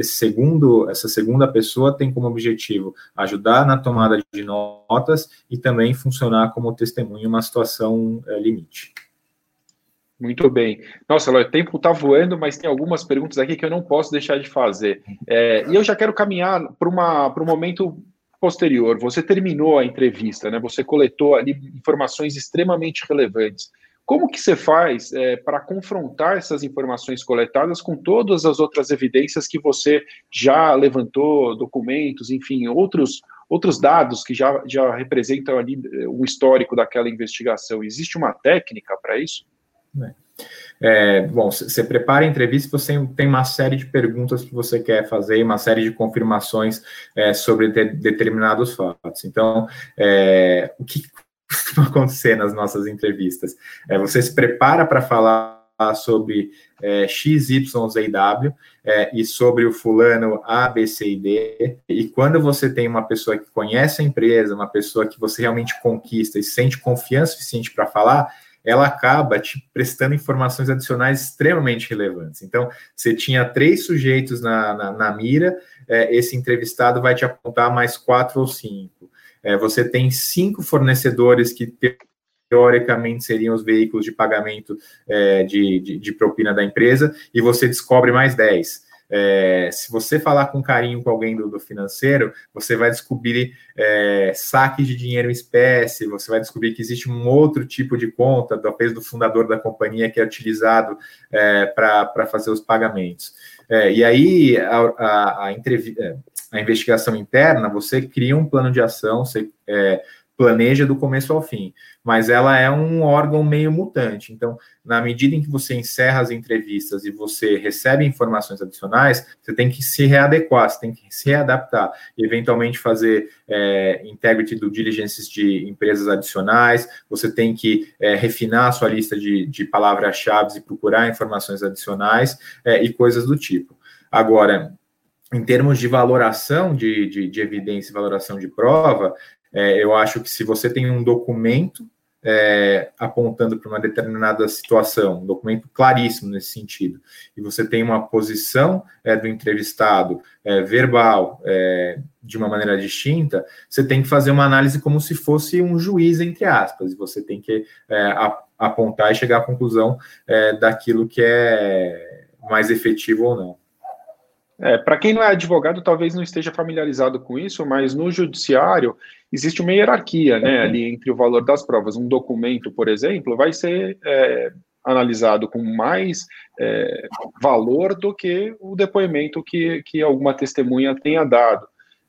S2: segunda pessoa tem como objetivo ajudar na tomada de notas e também funcionar como testemunha em uma situação limite.
S1: Muito bem. Nossa, o tempo está voando, mas tem algumas perguntas aqui que eu não posso deixar de fazer. E eu já quero caminhar para um momento posterior. Você terminou a entrevista, né? Você coletou ali informações extremamente relevantes. Como que você faz para confrontar essas informações coletadas com todas as outras evidências que você já levantou, documentos, enfim, outros dados que já representam ali o histórico daquela investigação? Existe uma técnica para isso?
S2: Bom, você prepara a entrevista, você tem uma série de perguntas que você quer fazer, uma série de confirmações sobre determinados fatos. Então, o que costuma acontecer nas nossas entrevistas? Você se prepara para falar sobre XYZW e sobre o fulano A, B, C e D, e quando você tem uma pessoa que conhece a empresa, uma pessoa que você realmente conquista e sente confiança suficiente para falar, ela acaba te prestando informações adicionais extremamente relevantes. Então, você tinha 3 sujeitos na mira, esse entrevistado vai te apontar mais 4 ou 5. Você tem 5 fornecedores que teoricamente seriam os veículos de pagamento de propina da empresa, e você descobre mais 10. Se você falar com carinho com alguém do financeiro, você vai descobrir saque de dinheiro em espécie, você vai descobrir que existe um outro tipo de conta, talvez do fundador da companhia, que é utilizado para fazer os pagamentos. E aí, a investigação interna, você cria um plano de ação, você planeja do começo ao fim, mas ela é um órgão meio mutante. Então, na medida em que você encerra as entrevistas e você recebe informações adicionais, você tem que se readequar, você tem que se readaptar, e eventualmente fazer integrity due diligence de empresas adicionais, você tem que refinar a sua lista de palavras-chave e procurar informações adicionais e coisas do tipo. Agora, em termos de valoração de evidência e valoração de prova, eu acho que se você tem um documento apontando para uma determinada situação, um documento claríssimo nesse sentido, e você tem uma posição do entrevistado verbal de uma maneira distinta, você tem que fazer uma análise como se fosse um juiz, entre aspas, e você tem que apontar e chegar à conclusão daquilo que é mais efetivo ou não.
S1: Para quem não é advogado, talvez não esteja familiarizado com isso, mas no judiciário existe uma hierarquia, né, ali entre o valor das provas. Um documento, por exemplo, vai ser analisado com mais valor do que o depoimento que alguma testemunha tenha dado.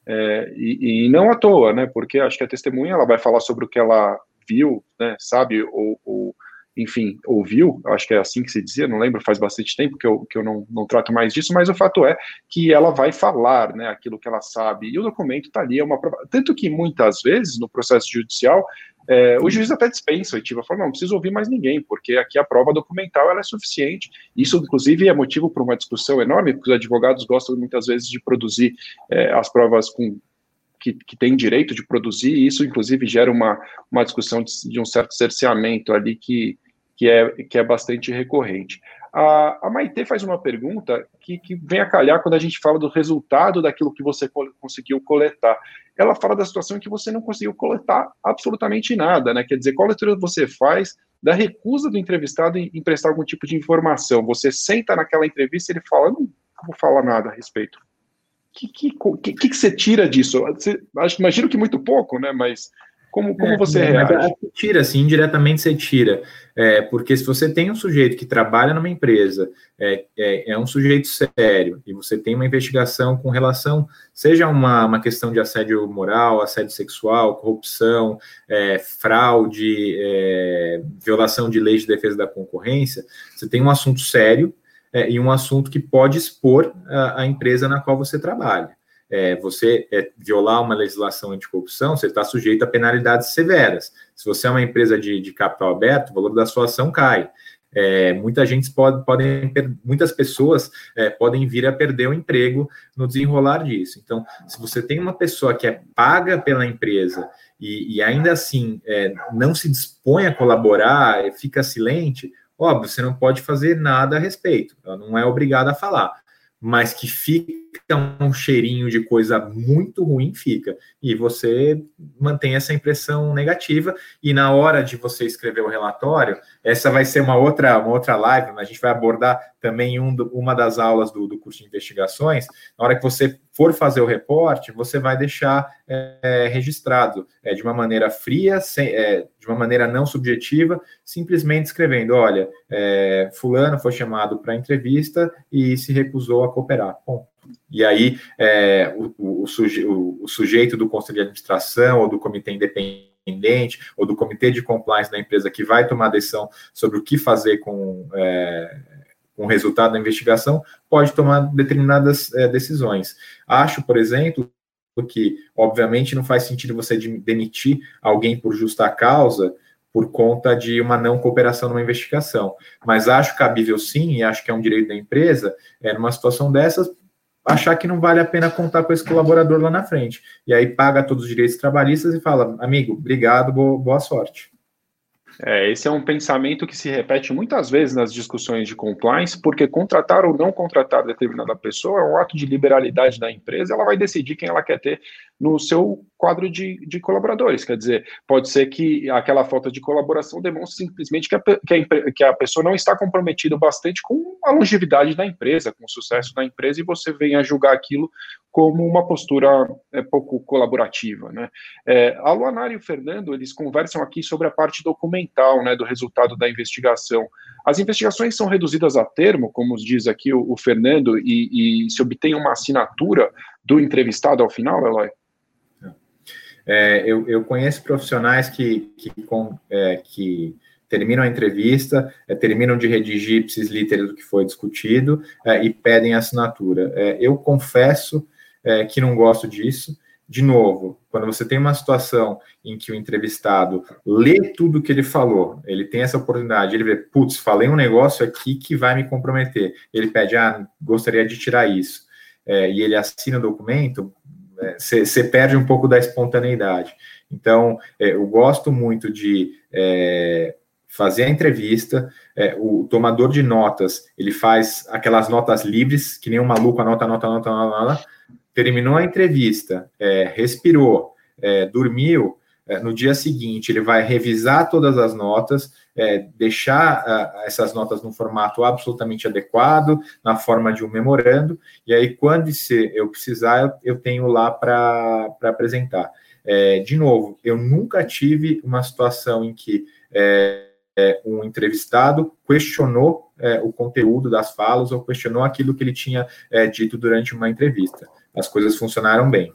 S1: E não à toa, né, porque acho que a testemunha ela vai falar sobre o que ela viu, né, sabe, ou enfim, ouviu, acho que é assim que se dizia, não lembro, faz bastante tempo que eu não trato mais disso, mas o fato é que ela vai falar, né, aquilo que ela sabe, e o documento está ali, é uma prova, tanto que muitas vezes, no processo judicial, o juiz até dispensa, e fala, não preciso ouvir mais ninguém, porque aqui a prova documental ela é suficiente. Isso, inclusive, é motivo para uma discussão enorme, porque os advogados gostam muitas vezes de produzir as provas que tem direito de produzir, e isso, inclusive, gera uma discussão de um certo cerceamento ali que é bastante recorrente. A Maitê faz uma pergunta que vem a calhar quando a gente fala do resultado daquilo que você conseguiu coletar. Ela fala da situação em que você não conseguiu coletar absolutamente nada, né? Quer dizer, qual leitura você faz da recusa do entrevistado em prestar algum tipo de informação? Você senta naquela entrevista e ele fala, não vou falar nada a respeito. O que você tira disso? Imagino que muito pouco, né? Mas como você reage?
S2: Tira, assim, indiretamente você tira. Porque se você tem um sujeito que trabalha numa empresa, é um sujeito sério, e você tem uma investigação com relação, seja uma questão de assédio moral, assédio sexual, corrupção, fraude, violação de leis de defesa da concorrência, você tem um assunto sério e um assunto que pode expor a empresa na qual você trabalha. Você violar uma legislação anticorrupção, você está sujeito a penalidades severas. Se você é uma empresa de capital aberto, o valor da sua ação cai. Muitas pessoas podem vir a perder o emprego no desenrolar disso. Então, se você tem uma pessoa que é paga pela empresa e ainda assim não se dispõe a colaborar, fica silente, óbvio, você não pode fazer nada a respeito, ela não é obrigada a falar. Mas que fica um cheirinho de coisa muito ruim, fica. E você mantém essa impressão negativa, e na hora de você escrever o relatório, essa vai ser uma outra live, mas a gente vai abordar também uma das aulas do curso de investigações. Na hora que você for fazer o reporte, você vai deixar registrado de uma maneira fria, de uma maneira não subjetiva, simplesmente escrevendo, olha, fulano foi chamado para entrevista e se recusou a cooperar. Bom, e aí o sujeito do conselho de administração ou do comitê independente ou do comitê de compliance da empresa que vai tomar decisão sobre o que fazer com o resultado da investigação, pode tomar determinadas decisões. Acho, por exemplo, que, obviamente, não faz sentido você demitir alguém por justa causa por conta de uma não cooperação numa investigação. Mas acho cabível sim, e acho que é um direito da empresa, numa situação dessas, achar que não vale a pena contar com esse colaborador lá na frente. E aí paga todos os direitos trabalhistas e fala, amigo, obrigado, boa sorte.
S1: Esse é um pensamento que se repete muitas vezes nas discussões de compliance, porque contratar ou não contratar determinada pessoa é um ato de liberalidade da empresa, ela vai decidir quem ela quer ter no seu quadro de colaboradores. Quer dizer, pode ser que aquela falta de colaboração demonstre simplesmente que a pessoa não está comprometida bastante com a longevidade da empresa, com o sucesso da empresa, e você venha julgar aquilo como uma postura pouco colaborativa, né? A Luanara e o Fernando, eles conversam aqui sobre a parte documental, né, do resultado da investigação. As investigações são reduzidas a termo, como diz aqui o Fernando, e se obtém uma assinatura do entrevistado ao final, Eloy?
S2: Eu conheço profissionais que terminam a entrevista, terminam de redigir ipsis literis do que foi discutido e pedem assinatura. Eu confesso que não gosto disso. De novo, quando você tem uma situação em que o entrevistado lê tudo que ele falou, ele tem essa oportunidade, ele vê, putz, falei um negócio aqui que vai me comprometer. Ele pede, gostaria de tirar isso. E ele assina o documento, você perde um pouco da espontaneidade. Então, eu gosto muito de fazer a entrevista, o tomador de notas, ele faz aquelas notas livres, que nem um maluco, anota, terminou a entrevista, respirou, dormiu, no dia seguinte ele vai revisar todas as notas, deixar essas notas num formato absolutamente adequado, na forma de um memorando, e aí quando eu precisar, eu tenho lá para apresentar. De novo, eu nunca tive uma situação em que um entrevistado questionou o conteúdo das falas ou questionou aquilo que ele tinha dito durante uma entrevista. As coisas funcionaram bem.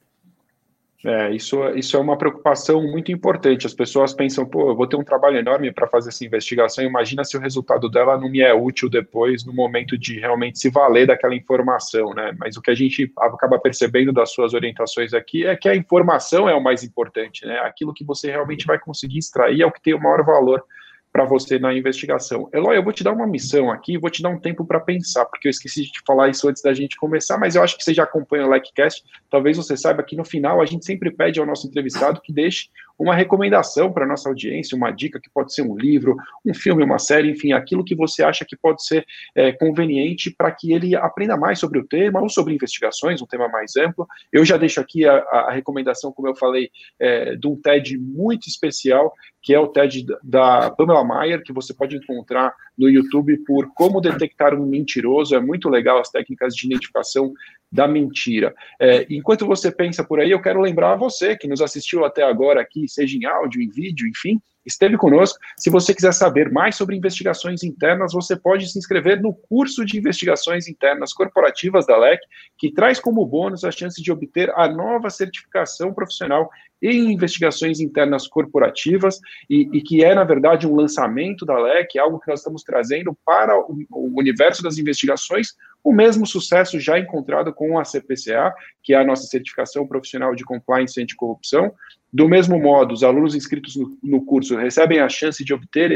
S1: Isso é uma preocupação muito importante. As pessoas pensam, eu vou ter um trabalho enorme para fazer essa investigação, imagina se o resultado dela não me é útil depois, no momento de realmente se valer daquela informação, né? Mas o que a gente acaba percebendo das suas orientações aqui é que a informação é o mais importante, né? Aquilo que você realmente vai conseguir extrair é o que tem o maior valor para você na investigação. Eloy, eu vou te dar uma missão aqui, vou te dar um tempo para pensar, porque eu esqueci de te falar isso antes da gente começar, mas eu acho que você já acompanha o LecCast, talvez você saiba que no final a gente sempre pede ao nosso entrevistado que deixe uma recomendação para a nossa audiência, uma dica que pode ser um livro, um filme, uma série, enfim, aquilo que você acha que pode ser conveniente para que ele aprenda mais sobre o tema ou sobre investigações, um tema mais amplo. Eu já deixo aqui a recomendação, como eu falei, de um TED muito especial, que é o TED da Pamela Mayer, que você pode encontrar no YouTube por Como Detectar um Mentiroso. É muito legal as técnicas de identificação da mentira. Enquanto você pensa por aí, eu quero lembrar a você que nos assistiu até agora aqui, seja em áudio, em vídeo, enfim, esteve conosco. Se você quiser saber mais sobre investigações internas, você pode se inscrever no curso de investigações internas corporativas da LEC, que traz como bônus a chance de obter a nova certificação profissional em investigações internas corporativas, e que é, na verdade, um lançamento da LEC, algo que nós estamos trazendo para o universo das investigações, o mesmo sucesso já encontrado com a CPCA, que é a nossa certificação profissional de compliance e anticorrupção. Do mesmo modo, os alunos inscritos no curso recebem a chance de obter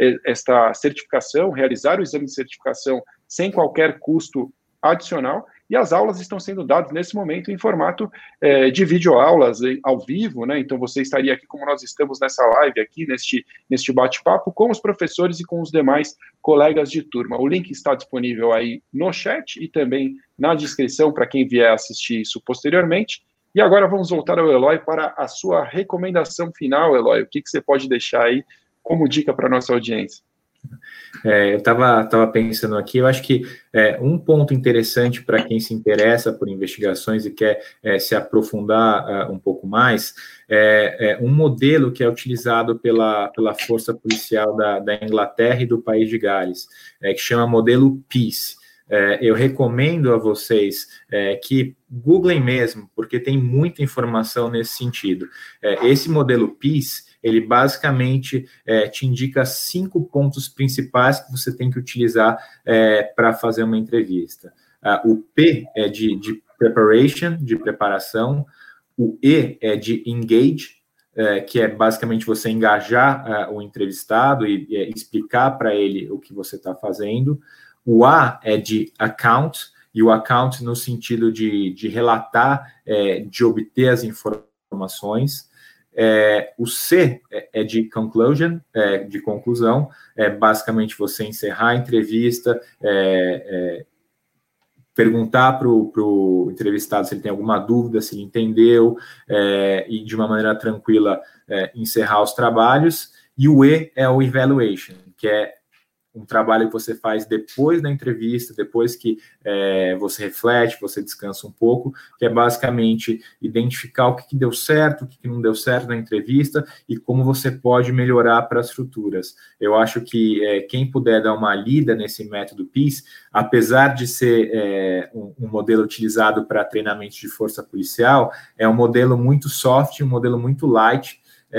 S1: esta certificação, realizar o exame de certificação sem qualquer custo adicional, e as aulas estão sendo dadas nesse momento em formato de videoaulas ao vivo, né? Então você estaria aqui como nós estamos nessa live aqui, neste bate-papo com os professores e com os demais colegas de turma. O link está disponível aí no chat e também na descrição para quem vier assistir isso posteriormente. E agora vamos voltar ao Eloy para a sua recomendação final, Eloy. O que você pode deixar aí como dica para a nossa audiência?
S2: Eu estava pensando aqui, eu acho que um ponto interessante para quem se interessa por investigações e quer se aprofundar um pouco mais, um modelo que é utilizado pela Força Policial da Inglaterra e do País de Gales, que chama modelo PEACE. Eu recomendo a vocês que googlem mesmo, porque tem muita informação nesse sentido. Esse modelo PEACE, ele basicamente te indica 5 pontos principais que você tem que utilizar para fazer uma entrevista. O P é de preparation, de preparação. O E é de engage, que é basicamente você engajar o entrevistado e explicar para ele o que você está fazendo. O A é de account, e o account no sentido de relatar, de obter as informações. O C é de conclusion, de conclusão, basicamente você encerrar a entrevista, perguntar para o entrevistado se ele tem alguma dúvida, se ele entendeu, e de uma maneira tranquila encerrar os trabalhos. E o E é o evaluation, que é um trabalho que você faz depois da entrevista, depois que você reflete, você descansa um pouco, que é basicamente identificar o que deu certo, o que não deu certo na entrevista e como você pode melhorar para as futuras. Eu acho que quem puder dar uma lida nesse método PEACE, apesar de ser um modelo utilizado para treinamento de força policial, é um modelo muito soft, um modelo muito light,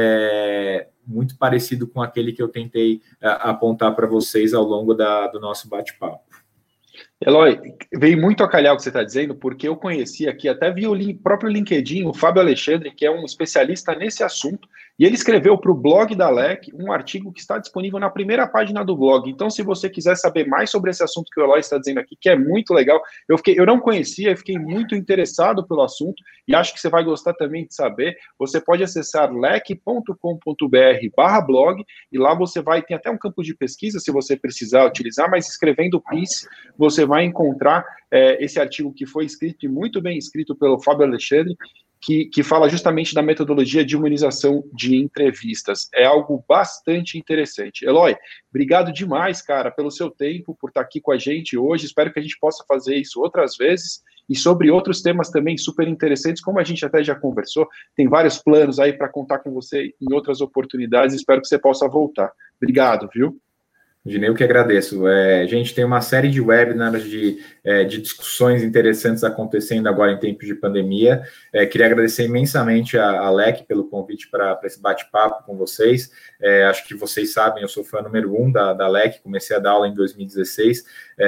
S2: muito parecido com aquele que eu tentei apontar para vocês ao longo do nosso bate-papo.
S1: Eloy, veio muito a calhar o que você está dizendo, porque eu conheci aqui, até vi o próprio LinkedIn, o Fábio Alexandre, que é um especialista nesse assunto, e ele escreveu para o blog da LEC um artigo que está disponível na primeira página do blog. Então, se você quiser saber mais sobre esse assunto que o Eloy está dizendo aqui, que é muito legal, eu não conhecia, eu fiquei muito interessado pelo assunto, e acho que você vai gostar também de saber. Você pode acessar lec.com.br/blog, e lá você tem até um campo de pesquisa, se você precisar utilizar, mas escrevendo PEACE, você vai encontrar esse artigo que foi escrito, e muito bem escrito pelo Fábio Alexandre, que fala justamente da metodologia de humanização de entrevistas. É algo bastante interessante. Eloy, obrigado demais, cara, pelo seu tempo, por estar aqui com a gente hoje. Espero que a gente possa fazer isso outras vezes e sobre outros temas também super interessantes, como a gente até já conversou. Tem vários planos aí para contar com você em outras oportunidades. Espero que você possa voltar. Obrigado, viu?
S2: Ginei, eu que agradeço. A gente tem uma série de webinars de discussões interessantes acontecendo agora em tempos de pandemia. Queria agradecer imensamente a LEC pelo convite para esse bate-papo com vocês. Acho que vocês sabem, eu sou fã número 1 da LEC, comecei a dar aula em 2016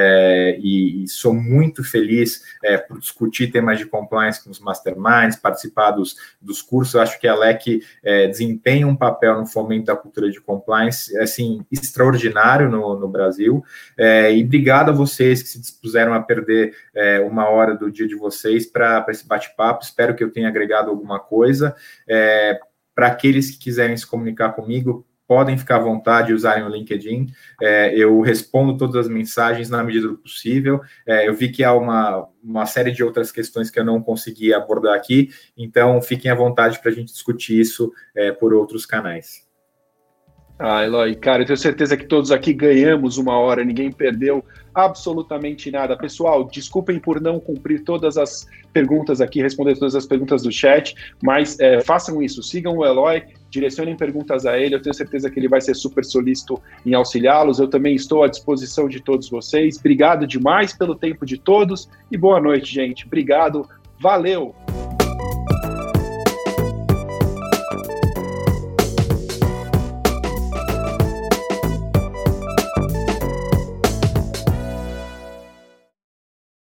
S2: e sou muito feliz por discutir temas de compliance com os masterminds, participar dos cursos. Eu acho que a LEC desempenha um papel no fomento da cultura de compliance assim, extraordinário no Brasil, e obrigado a vocês que se dispuseram a perder uma hora do dia de vocês para esse bate-papo. Espero que eu tenha agregado alguma coisa. Para aqueles que quiserem se comunicar comigo, podem ficar à vontade de usarem o LinkedIn. Eu respondo todas as mensagens na medida do possível. Eu vi que há uma série de outras questões que eu não consegui abordar aqui, então fiquem à vontade para a gente discutir isso por outros canais.
S1: Eloy, cara, eu tenho certeza que todos aqui ganhamos uma hora, ninguém perdeu absolutamente nada. Pessoal, desculpem por não cumprir todas as perguntas aqui, responder todas as perguntas do chat, mas façam isso, sigam o Eloy, direcionem perguntas a ele, eu tenho certeza que ele vai ser super solícito em auxiliá-los. Eu também estou à disposição de todos vocês. Obrigado demais pelo tempo de todos e boa noite, gente. Obrigado, valeu!